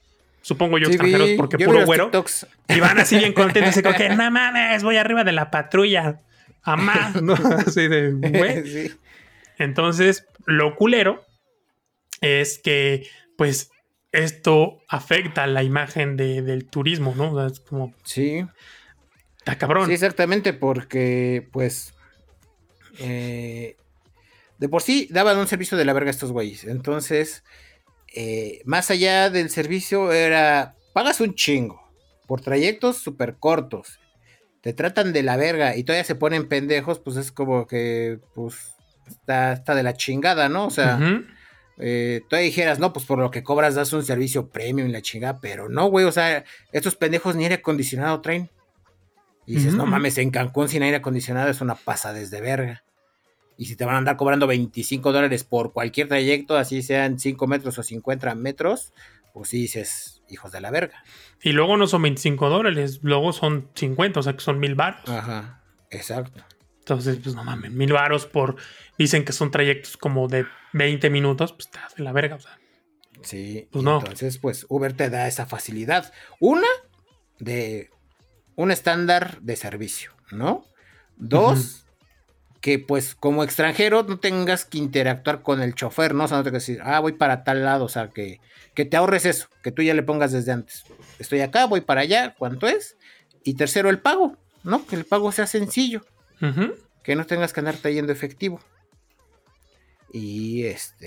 supongo yo, Sí, extranjeros, porque yo vi puro los güero. TikToks. Y van así bien contentos, así como que, no mames, voy arriba de la patrulla. Amá, ¿no? Así de, güey. Sí. Entonces, lo culero es que, pues, esto afecta la imagen del turismo, ¿no? O sea, es como, Sí. está cabrón. Sí, exactamente, porque, pues, de por sí daban un servicio de la verga a estos güeyes. Entonces, más allá del servicio era, pagas un chingo por trayectos súper cortos. Te tratan de la verga y todavía se ponen pendejos, pues es como que, pues, está de la chingada, ¿no? O sea, todavía dijeras, no, pues por lo que cobras das un servicio premium y la chingada, pero no, güey, o sea, estos pendejos ni aire acondicionado traen. Y dices, no mames, en Cancún sin aire acondicionado es una pasadez de verga. Y si te van a andar cobrando $25 por cualquier trayecto, así sean 5 metros o 50 metros, pues sí dices, hijos de la verga. Y luego no son $25, luego son 50, o sea que son 1,000 varos. Ajá, exacto. Entonces, pues no mames, 1,000 varos por... Dicen que son trayectos como de 20 minutos, pues te hace la verga, o sea. Sí, pues y no. Entonces pues Uber te da esa facilidad. Una, de un estándar de servicio, ¿no? Dos, que pues como extranjero no tengas que interactuar con el chofer, ¿no? O sea, no tengas que decir, voy para tal lado, o sea, que te ahorres eso, que tú ya le pongas desde antes. Estoy acá, voy para allá, ¿cuánto es? Y tercero, el pago, ¿no? Que el pago sea sencillo, que no tengas que andar trayendo efectivo. Y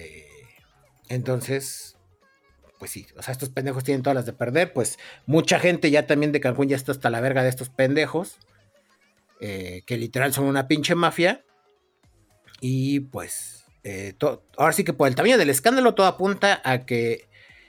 entonces, pues sí, o sea, estos pendejos tienen todas las de perder, pues mucha gente ya también de Cancún ya está hasta la verga de estos pendejos, que literal son una pinche mafia. Y pues, ahora sí que por el tamaño del escándalo todo apunta a que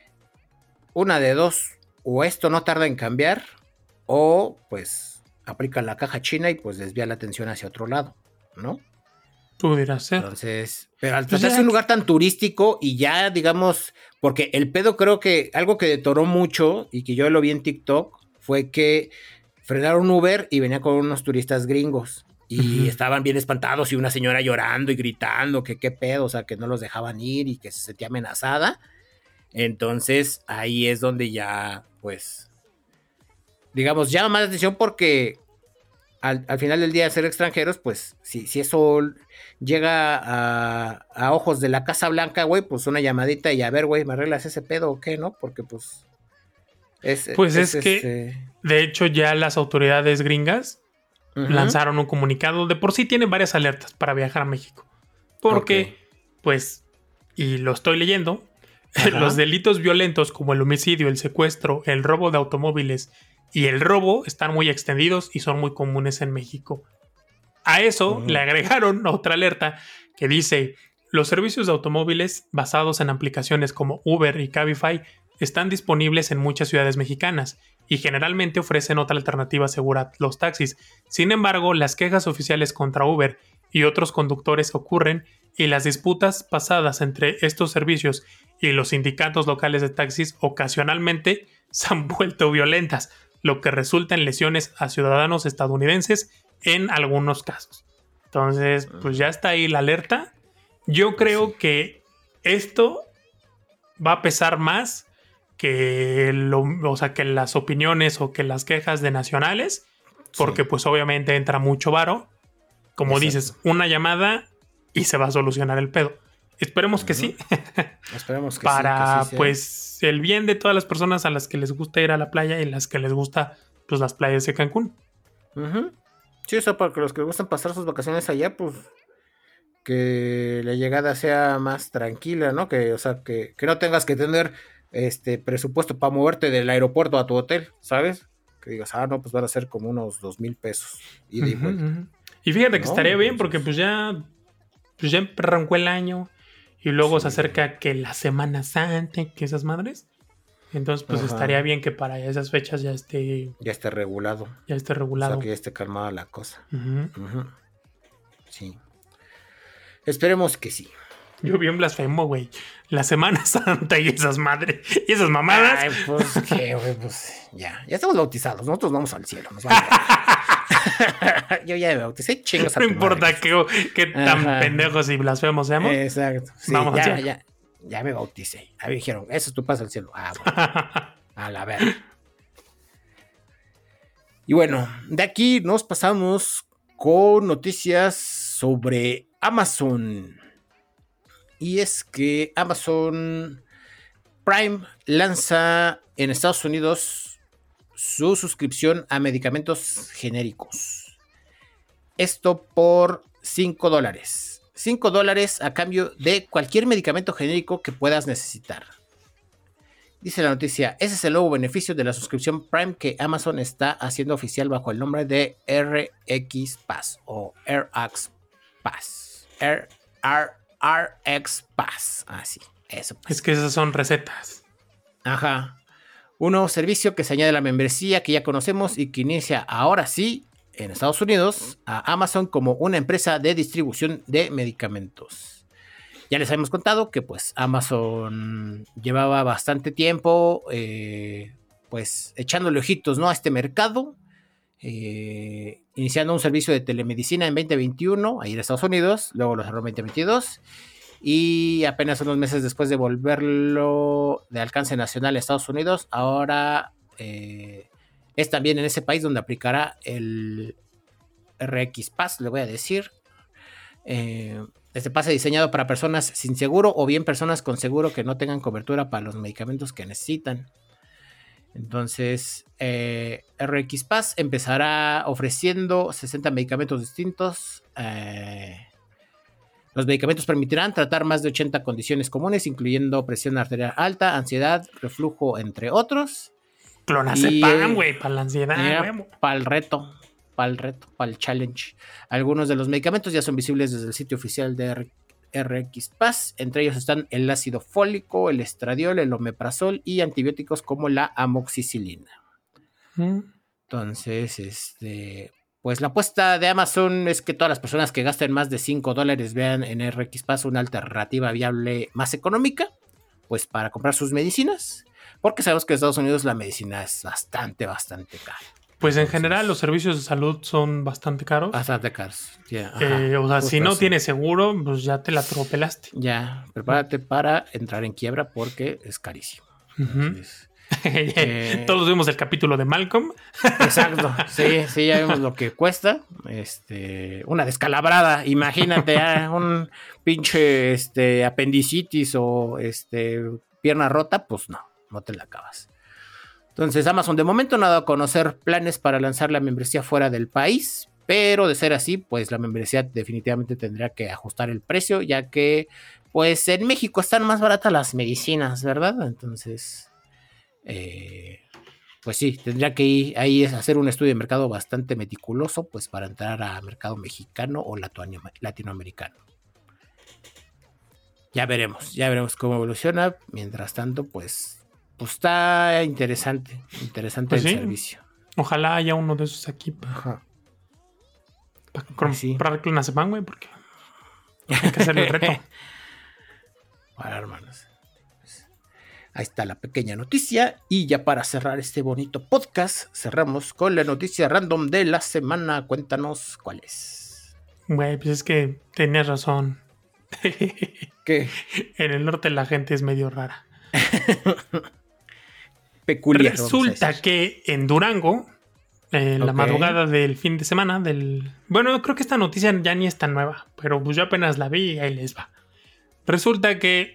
una de dos, o esto no tarda en cambiar, o pues aplica la caja china y pues desvía la atención hacia otro lado, ¿no? Pudiera ser. Entonces, pero al tratarse un lugar tan turístico y ya, digamos, porque el pedo creo que algo que detonó mucho y que yo lo vi en TikTok fue que frenaron Uber y venía con unos turistas gringos y estaban bien espantados y una señora llorando y gritando que qué pedo, o sea, que no los dejaban ir y que se sentía amenazada. Entonces, ahí es donde ya, pues, digamos, llama más la atención porque al final del día ser extranjeros, pues si eso llega a ojos de la Casa Blanca, güey, pues una llamadita y a ver, güey, ¿me arreglas ese pedo o qué, no? Porque pues es que de hecho ya las autoridades gringas lanzaron un comunicado. De por sí tienen varias alertas para viajar a México. Porque, pues, y lo estoy leyendo, los delitos violentos como el homicidio, el secuestro, el robo de automóviles y el robo están muy extendidos y son muy comunes en México. A eso le agregaron otra alerta que dice: los servicios de automóviles basados en aplicaciones como Uber y Cabify están disponibles en muchas ciudades mexicanas y generalmente ofrecen otra alternativa segura a los taxis. Sin embargo, las quejas oficiales contra Uber y otros conductores ocurren y las disputas pasadas entre estos servicios y los sindicatos locales de taxis ocasionalmente se han vuelto violentas, lo que resulta en lesiones a ciudadanos estadounidenses en algunos casos. Entonces, pues ya está ahí la alerta. Yo creo que esto va a pesar más que que las opiniones o que las quejas de nacionales, porque pues obviamente entra mucho varo. Como dices, una llamada y se va a solucionar el pedo. Esperemos que sí. Esperemos que para, sí, que pues, el bien de todas las personas a las que les gusta ir a la playa y las que les gusta, pues, las playas de Cancún. Sí, o sea, para que los que les gustan pasar sus vacaciones allá, pues, que la llegada sea más tranquila, ¿no? Que, o sea, que no tengas que tener presupuesto para moverte del aeropuerto a tu hotel, ¿sabes? Que digas, no, pues van a ser como unos 2,000 pesos. Y fíjate que estaría bien porque pues ya arrancó el año y luego se acerca que la Semana Santa, que esas madres. Entonces, pues estaría bien que para esas fechas ya esté regulado. Ya esté regulado. O sea, que ya esté calmada la cosa. Sí. Esperemos que sí. Yo bien blasfemo, güey. La Semana Santa y esas madres y esas mamadas. Ay, pues qué, güey, pues ya estamos bautizados. Nosotros vamos al cielo. Nos vamos Yo ya me bauticé, chingas a tu No importa madre, qué tan pendejos y blasfemos seamos. Exacto. Sí, vamos ya me bauticé. A mí me dijeron, eso es tu paso al cielo. Bueno. A la verga. Y bueno, de aquí nos pasamos con noticias sobre Amazon. Y es que Amazon Prime lanza en Estados Unidos su suscripción a medicamentos genéricos. Esto por $5. $5 a cambio de cualquier medicamento genérico que puedas necesitar. Dice la noticia, ese es el nuevo beneficio de la suscripción Prime que Amazon está haciendo oficial bajo el nombre de RX Pass o RX Pass. RX Pass. Así, eso. Pues. Es que esas son recetas. Ajá. Un nuevo servicio que se añade a la membresía que ya conocemos y que inicia ahora sí en Estados Unidos a Amazon como una empresa de distribución de medicamentos. Ya les habíamos contado que pues Amazon llevaba bastante tiempo pues echándole ojitos, ¿no?, a este mercado, iniciando un servicio de telemedicina en 2021 ahí en Estados Unidos, luego lo cerró en 2022 y apenas unos meses después de volverlo de alcance nacional en Estados Unidos, ahora es también en ese país donde aplicará el RX Pass, le voy a decir. Este pase diseñado para personas sin seguro o bien personas con seguro que no tengan cobertura para los medicamentos que necesitan. Entonces, RX Pass empezará ofreciendo 60 medicamentos distintos. Los medicamentos permitirán tratar más de 80 condiciones comunes, incluyendo presión arterial alta, ansiedad, reflujo, entre otros. Clonazepam, güey, para la ansiedad, güey. Para el reto, para el challenge. Algunos de los medicamentos ya son visibles desde el sitio oficial de RX Pass. Entre ellos están el ácido fólico, el estradiol, el omeprazol y antibióticos como la amoxicilina. Entonces, pues la apuesta de Amazon es que todas las personas que gasten más de $5 vean en RX Pass una alternativa viable más económica, pues para comprar sus medicinas, porque sabemos que en Estados Unidos la medicina es bastante cara. Pues en general los servicios de salud son bastante caros. Bastante caros. Yeah, o sea, si no tienes seguro, pues ya te la atropelaste. Ya, prepárate para entrar en quiebra porque es carísimo. Entonces, todos vimos el capítulo de Malcolm. Exacto, sí, ya vemos lo que cuesta. Una descalabrada, imagínate, un pinche apendicitis o pierna rota, pues no te la acabas. Entonces Amazon de momento no ha dado a conocer planes para lanzar la membresía fuera del país, pero de ser así, pues la membresía definitivamente tendría que ajustar el precio, ya que pues en México están más baratas las medicinas, ¿verdad? Entonces, pues sí, tendría que ir ahí a hacer un estudio de mercado bastante meticuloso, pues para entrar a mercado mexicano o latinoamericano. Ya veremos cómo evoluciona. Mientras tanto, pues está interesante pues el servicio. Ojalá haya uno de esos aquí para comprar clonazepam, güey, porque hay que hacer el reto. Para hermanos. Ahí está la pequeña noticia. Y ya para cerrar este bonito podcast, cerramos con la noticia random de la semana. Cuéntanos cuál es. Güey, pues es que tenías razón. ¿Qué? En el norte la gente es medio rara. Peculiar. Resulta que en Durango, la madrugada del fin de semana, bueno, creo que esta noticia ya ni es tan nueva, pero pues yo apenas la vi y ahí les va. Resulta que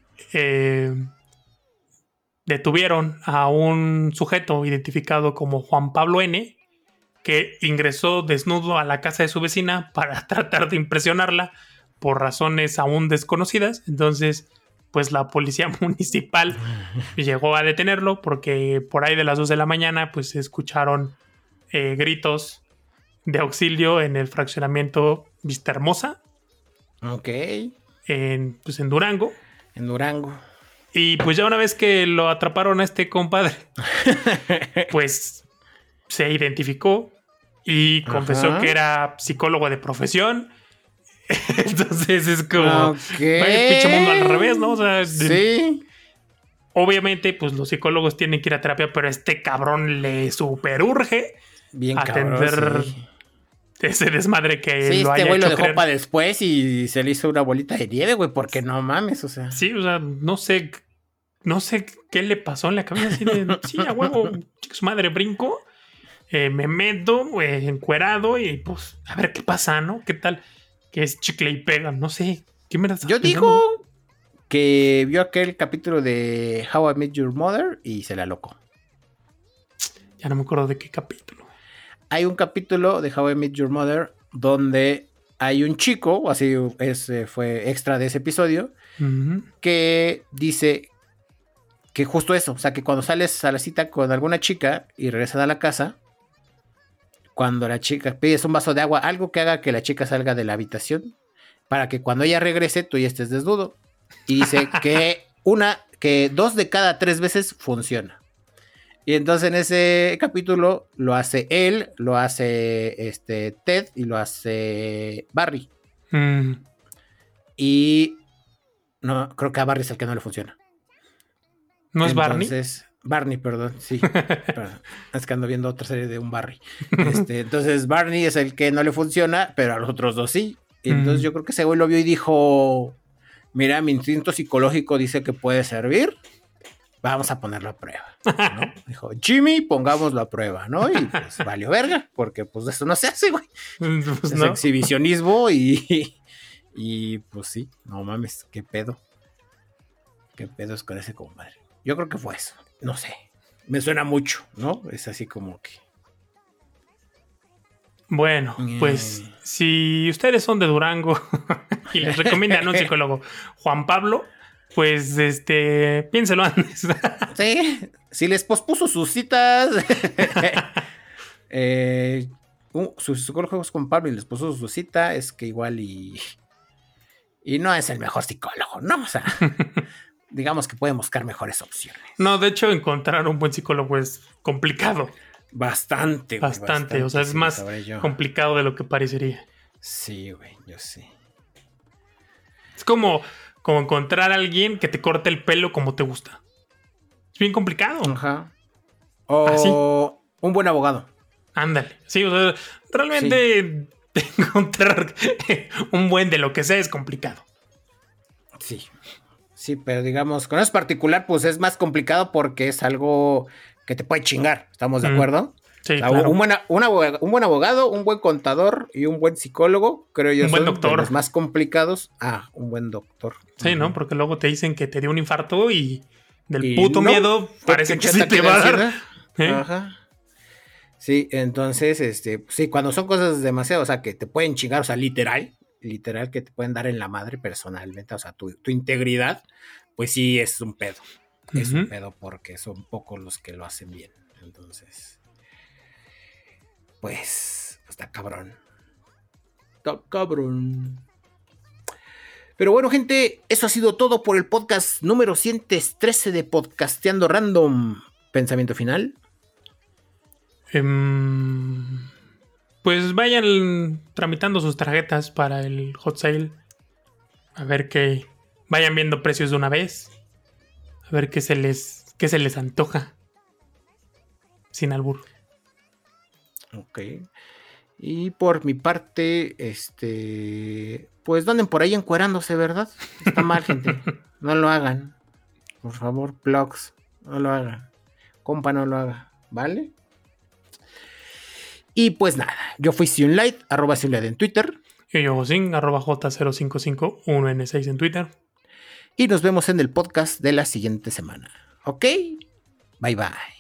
detuvieron a un sujeto identificado como Juan Pablo N., que ingresó desnudo a la casa de su vecina para tratar de impresionarla por razones aún desconocidas. Entonces, pues la policía municipal llegó a detenerlo porque por ahí de las 2 de la mañana pues se escucharon gritos de auxilio en el fraccionamiento Vista Hermosa. Ok. En Durango. En Durango. Y pues ya una vez que lo atraparon a este compadre, pues se identificó y confesó que era psicólogo de profesión. Entonces es como pinche mundo al revés, ¿no? O sea, sí. Obviamente, pues los psicólogos tienen que ir a terapia, pero a este cabrón le superurge atender ese desmadre que lo haya hecho. Güey lo dejó para después y se le hizo una bolita de nieve, güey, porque no mames, o sea. Sí, o sea, no sé no sé qué le pasó en la cabeza, así de, sí, a huevo, chica su madre, brinco, me meto encuerado y pues a ver qué pasa, ¿no? ¿Qué tal? Que es chicle y pega, no sé. ¿Qué me estás Yo pensando? digo que vio aquel capítulo de How I Met Your Mother y se la locó. Ya no me acuerdo de qué capítulo. Hay un capítulo de How I Met Your Mother donde hay un chico, o así fue extra de ese episodio, que dice que justo eso, o sea, que cuando sales a la cita con alguna chica y regresas a la casa, cuando la chica pides un vaso de agua, algo que haga que la chica salga de la habitación, para que cuando ella regrese tú ya estés desnudo. Y dice que 2 de cada 3 veces funciona. Y entonces en ese capítulo lo hace él, lo hace Ted y lo hace Barry. Y no, creo que a Barry es el que no le funciona. ¿No es Barney? Entonces, Barney, perdón, sí. Perdón, es que ando viendo otra serie de un Barry. Entonces Barney es el que no le funciona, pero a los otros dos sí. Entonces yo creo que ese güey lo vio y dijo, mira, mi instinto psicológico dice que puede servir. Vamos a ponerlo a prueba, ¿no? Dijo, Jimmy, pongámoslo a prueba, ¿no? Y pues valió verga, porque pues eso no se hace, güey. Pues es exhibicionismo y pues sí, no mames, qué pedo. ¿Qué pedo es con ese compadre? Yo creo que fue eso, no sé. Me suena mucho, ¿no? Es así como que... Bueno, pues si ustedes son de Durango y les recomiendan a un psicólogo, Juan Pablo, pues piénselo antes. Sí, si les pospuso sus citas, su psicólogo es Juan Pablo y les pospuso su cita, es que igual y no es el mejor psicólogo, ¿no? O sea, digamos que pueden buscar mejores opciones. No, de hecho, encontrar un buen psicólogo es complicado. Bastante, o sea, es más complicado de lo que parecería. Sí, güey, yo sé. Es como encontrar a alguien que te corte el pelo como te gusta. Es bien complicado. Ajá. O un buen abogado. Ándale. Sí, o sea, realmente encontrar un buen de lo que sea es complicado. Sí. Sí, pero digamos, con eso particular, pues es más complicado porque es algo que te puede chingar. ¿Estamos de acuerdo? Sí, o sea, claro. un buen abogado, un buen contador y un buen psicólogo, creo yo, un buen doctor. De los más complicados. Un buen doctor. Sí, ¿no? Porque luego te dicen que te dio un infarto y del puto miedo parece que sí te va a dar. Ajá. Sí, entonces, sí, cuando son cosas demasiado, o sea, que te pueden chingar, o sea, literal que te pueden dar en la madre personalmente, o sea, tu integridad, pues sí es un pedo. Es un pedo porque son pocos los que lo hacen bien. Entonces, pues está cabrón. Está cabrón. Pero bueno, gente, eso ha sido todo por el podcast número 113 de Podcasteando Random. ¿Pensamiento final? Pues vayan tramitando sus tarjetas para el hot sale. A ver que vayan viendo precios de una vez. A ver qué se les antoja. Sin albur. Ok. Y por mi parte, pues anden por ahí encuerándose, ¿verdad? Está mal, gente. No lo hagan. Por favor, plugs. No lo hagan. Compa, no lo haga. ¿Vale? Y pues nada, yo fui Sionlight, @Sionlight en Twitter. Y yo, Sin, @J0551N6 en Twitter. Y nos vemos en el podcast de la siguiente semana. ¿Ok? Bye bye.